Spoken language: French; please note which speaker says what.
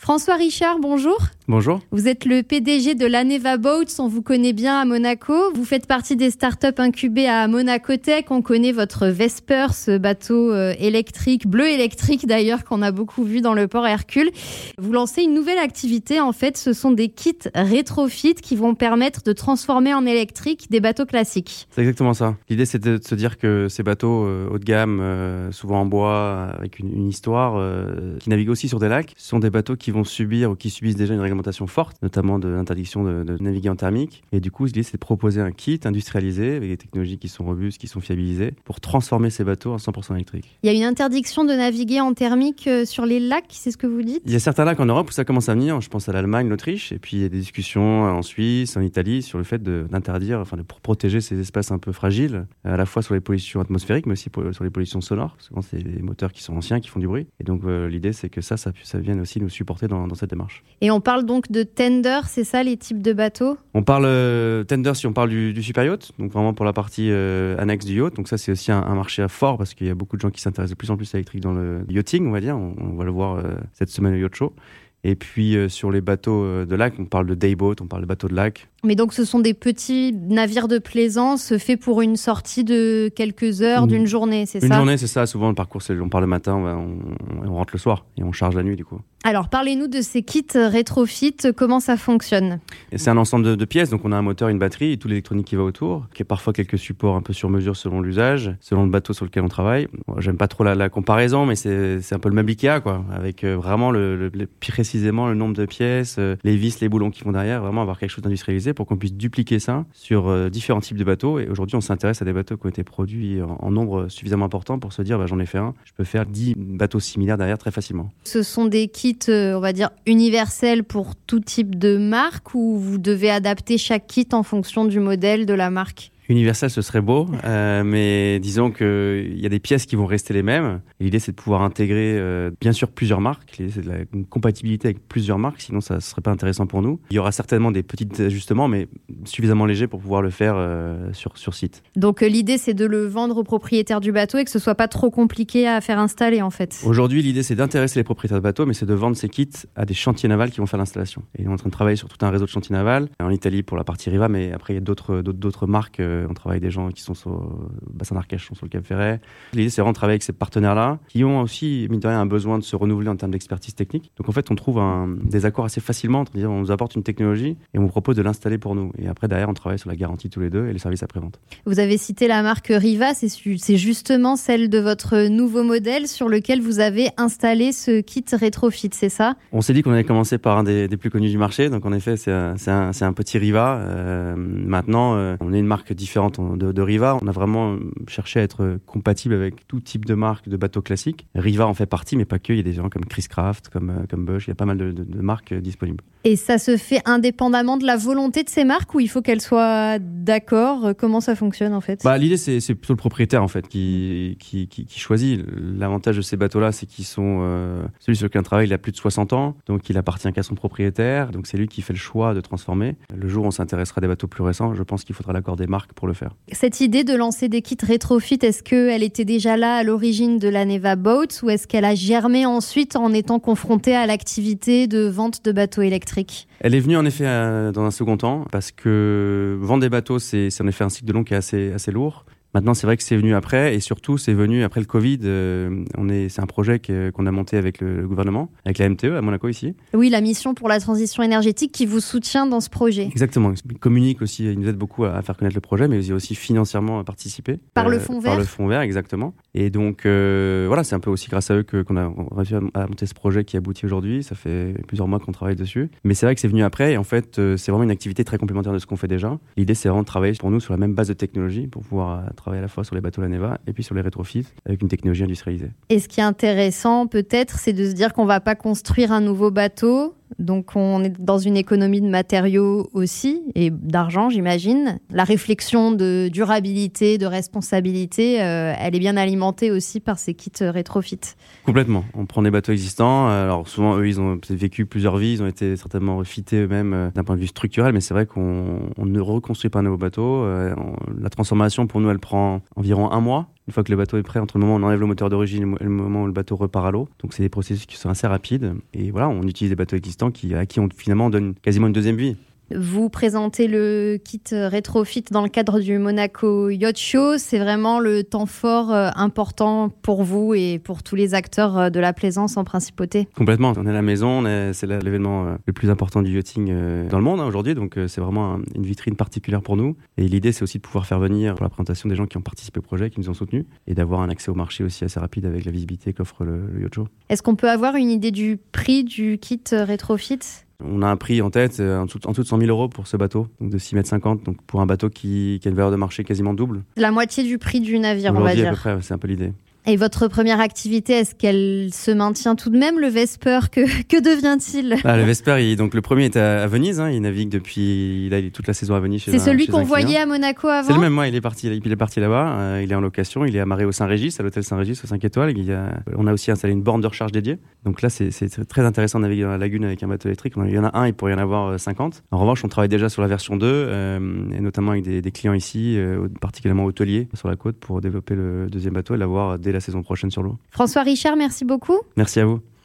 Speaker 1: François Richard, bonjour.
Speaker 2: Bonjour.
Speaker 1: Vous êtes le PDG de l'Aneva Boats, on vous connaît bien à Monaco. Vous faites partie des startups incubées à Monaco Tech. On connaît votre Vesper, ce bateau électrique, bleu électrique d'ailleurs, qu'on a beaucoup vu dans le port Hercule. Vous lancez une nouvelle activité, en fait, ce sont des kits rétrofit qui vont permettre de transformer en électrique des bateaux classiques.
Speaker 2: C'est exactement ça. L'idée, c'est de se dire que ces bateaux haut de gamme, souvent en bois, avec une histoire, qui naviguent aussi sur des lacs, sont des bateaux qui vont subir ou qui subissent déjà une réglementation forte, notamment de l'interdiction de naviguer en thermique. Et du coup, l'idée, c'est de proposer un kit industrialisé avec des technologies qui sont robustes, qui sont fiabilisées, pour transformer ces bateaux en 100% électriques.
Speaker 1: Il y a une interdiction de naviguer en thermique sur les lacs, c'est ce que vous dites ?
Speaker 2: Il y a certains lacs en Europe où ça commence à venir. Je pense à l'Allemagne, l'Autriche, et puis il y a des discussions en Suisse, en Italie, sur le fait d'interdire, pour protéger ces espaces un peu fragiles, à la fois sur les pollutions atmosphériques, mais aussi sur les pollutions sonores. Souvent, c'est des moteurs qui sont anciens, qui font du bruit. Et donc, l'idée, c'est que ça vienne aussi nous supporter dans cette démarche.
Speaker 1: Et on parle donc de tender, c'est ça les types de bateaux ?
Speaker 2: On parle tender si on parle du super yacht, donc vraiment pour la partie annexe du yacht. Donc ça, c'est aussi un marché fort parce qu'il y a beaucoup de gens qui s'intéressent de plus en plus à l'électrique dans le yachting, on va dire. On va le voir cette semaine au Yacht Show. Et puis sur les bateaux de lac, on parle de dayboat, on parle de bateaux de lac.
Speaker 1: Mais donc ce sont des petits navires de plaisance faits pour une sortie de quelques heures, d'une journée, c'est ça ?
Speaker 2: Une journée, c'est ça. Souvent, le parcours, on part le matin, on rentre le soir et on charge la nuit, du coup.
Speaker 1: Alors, parlez-nous de ces kits rétrofit, comment ça fonctionne ?
Speaker 2: Et c'est un ensemble de pièces, donc on a un moteur, une batterie et toute l'électronique qui va autour, qui est parfois quelques supports un peu sur mesure selon l'usage, selon le bateau sur lequel on travaille. Bon, j'aime pas trop la comparaison, mais c'est un peu le même Ikea, quoi, avec vraiment précisément le nombre de pièces, les vis, les boulons qui vont derrière, vraiment avoir quelque chose d'industrialisé pour qu'on puisse dupliquer ça sur différents types de bateaux. Et aujourd'hui, on s'intéresse à des bateaux qui ont été produits en nombre suffisamment important pour se dire, j'en ai fait un, je peux faire 10 bateaux similaires derrière très facilement.
Speaker 1: Ce sont des kits, on va dire, universels pour tout type de marque, ou vous devez adapter chaque kit en fonction du modèle de la marque ?
Speaker 2: Universel, ce serait beau, mais disons qu'il y a des pièces qui vont rester les mêmes. Et l'idée, c'est de pouvoir intégrer, bien sûr, plusieurs marques. L'idée, c'est une compatibilité avec plusieurs marques, sinon ça ne serait pas intéressant pour nous. Il y aura certainement des petits ajustements, mais suffisamment légers pour pouvoir le faire sur site.
Speaker 1: Donc l'idée, c'est de le vendre aux propriétaires du bateau et que ce ne soit pas trop compliqué à faire installer, en fait.
Speaker 2: Aujourd'hui, l'idée, c'est d'intéresser les propriétaires de bateaux, mais c'est de vendre ces kits à des chantiers navals qui vont faire l'installation. Et on est en train de travailler sur tout un réseau de chantiers navals, en Italie pour la partie Riva, mais après, il y a d'autres marques. On travaille avec des gens qui sont sur le bassin d'Arcachon, sur le Cap Ferret. L'idée, c'est vraiment de travailler avec ces partenaires-là qui ont aussi, mine de rien, un besoin de se renouveler en termes d'expertise technique. Donc, en fait, on trouve des accords assez facilement. C'est-à-dire, on nous apporte une technologie et on vous propose de l'installer pour nous. Et après, derrière, on travaille sur la garantie tous les deux et les services après-vente.
Speaker 1: Vous avez cité la marque Riva. C'est justement celle de votre nouveau modèle sur lequel vous avez installé ce kit rétrofit, c'est ça ?
Speaker 2: On s'est dit qu'on allait commencer par un des plus connus du marché. Donc, en effet, c'est un petit Riva. Maintenant, on est une marque différente de Riva. On a vraiment cherché à être compatible avec tout type de marque de bateaux classiques. Riva en fait partie, mais pas que. Il y a des gens comme Chris Craft, comme Bosch. Il y a pas mal de marques disponibles.
Speaker 1: Et ça se fait indépendamment de la volonté de ces marques, ou il faut qu'elles soient d'accord ? Comment ça fonctionne en fait ?
Speaker 2: L'idée, c'est plutôt le propriétaire en fait qui choisit. L'avantage de ces bateaux-là, c'est qu'ils sont celui sur lequel on travaille, il a plus de 60 ans, donc il appartient qu'à son propriétaire. Donc c'est lui qui fait le choix de transformer. Le jour où on s'intéressera à des bateaux plus récents, je pense qu'il faudra l'accord des marques pour le faire.
Speaker 1: Cette idée de lancer des kits rétrofit, est-ce qu'elle était déjà là à l'origine de l'Aneva Boats, ou est-ce qu'elle a germé ensuite en étant confrontée à l'activité de vente de bateaux électriques ?
Speaker 2: Elle est venue en effet dans un second temps, parce que vendre des bateaux, c'est en effet un cycle de long qui est assez lourd. Maintenant, c'est vrai que c'est venu après, et surtout, c'est venu après le Covid. C'est un projet qu'on a monté avec le gouvernement, avec la MTE à Monaco ici.
Speaker 1: Oui, la mission pour la transition énergétique qui vous soutient dans ce projet.
Speaker 2: Exactement. Ils communiquent aussi, ils nous aident beaucoup à faire connaître le projet, mais ils ont aussi financièrement participé.
Speaker 1: Par le Fonds Vert ?
Speaker 2: Par le Fonds Vert, exactement. Et donc, voilà, c'est un peu aussi grâce à eux qu'on a réussi à monter ce projet qui aboutit aujourd'hui. Ça fait plusieurs mois qu'on travaille dessus. Mais c'est vrai que c'est venu après, et en fait, c'est vraiment une activité très complémentaire de ce qu'on fait déjà. L'idée, c'est vraiment de travailler pour nous sur la même base de technologie pour pouvoir travailler à la fois sur les bateaux L'Aneva et puis sur les rétrofits avec une technologie industrialisée.
Speaker 1: Et ce qui est intéressant peut-être, c'est de se dire qu'on ne va pas construire un nouveau bateau. Donc on est dans une économie de matériaux aussi, et d'argent j'imagine. La réflexion de durabilité, de responsabilité, elle est bien alimentée aussi par ces kits rétrofit.
Speaker 2: Complètement. On prend des bateaux existants. Alors souvent eux ils ont vécu plusieurs vies, ils ont été certainement refités eux-mêmes d'un point de vue structurel, mais c'est vrai qu'on ne reconstruit pas un nouveau bateau. La transformation pour nous elle prend environ 1 mois. Une fois que le bateau est prêt, entre le moment où on enlève le moteur d'origine et le moment où le bateau repart à l'eau. Donc c'est des processus qui sont assez rapides. Et voilà, on utilise des bateaux existants à qui on finalement donne quasiment une deuxième vie.
Speaker 1: Vous présentez le kit rétrofit dans le cadre du Monaco Yacht Show. C'est vraiment le temps fort important pour vous et pour tous les acteurs de la plaisance en principauté.
Speaker 2: Complètement. On est à la maison, c'est l'événement le plus important du yachting dans le monde aujourd'hui. Donc c'est vraiment une vitrine particulière pour nous. Et l'idée, c'est aussi de pouvoir faire venir pour la présentation des gens qui ont participé au projet, qui nous ont soutenus, et d'avoir un accès au marché aussi assez rapide avec la visibilité qu'offre le Yacht Show.
Speaker 1: Est-ce qu'on peut avoir une idée du prix du kit rétrofit ?
Speaker 2: On a un prix en tête, en dessous de 100 000 € pour ce bateau, donc de 6,50 m, donc pour un bateau qui a une valeur de marché quasiment double.
Speaker 1: La moitié du prix du navire,
Speaker 2: aujourd'hui,
Speaker 1: on va dire.
Speaker 2: À peu près, c'est un peu l'idée.
Speaker 1: Et votre première activité, est-ce qu'elle se maintient tout de même, le Vesper ? Que devient-il ?
Speaker 2: Le Vesper, donc le premier est à Venise, il navigue depuis, il est toute la saison à Venise.
Speaker 1: C'est celui qu'on voyait à Monaco avant ?
Speaker 2: C'est le même, il est parti là-bas, il est en location, il est amarré au Saint-Régis, à l'hôtel Saint-Régis, aux 5 étoiles. On a aussi installé une borne de recharge dédiée. Donc là, c'est très intéressant de naviguer dans la lagune avec un bateau électrique. Il y en a un, il pourrait y en avoir 50. En revanche, on travaille déjà sur la version 2, et notamment avec des clients ici, particulièrement hôteliers sur la côte, pour développer le deuxième bateau et l'avoir dès la saison prochaine sur l'eau.
Speaker 1: François Richard, merci beaucoup.
Speaker 2: Merci à vous.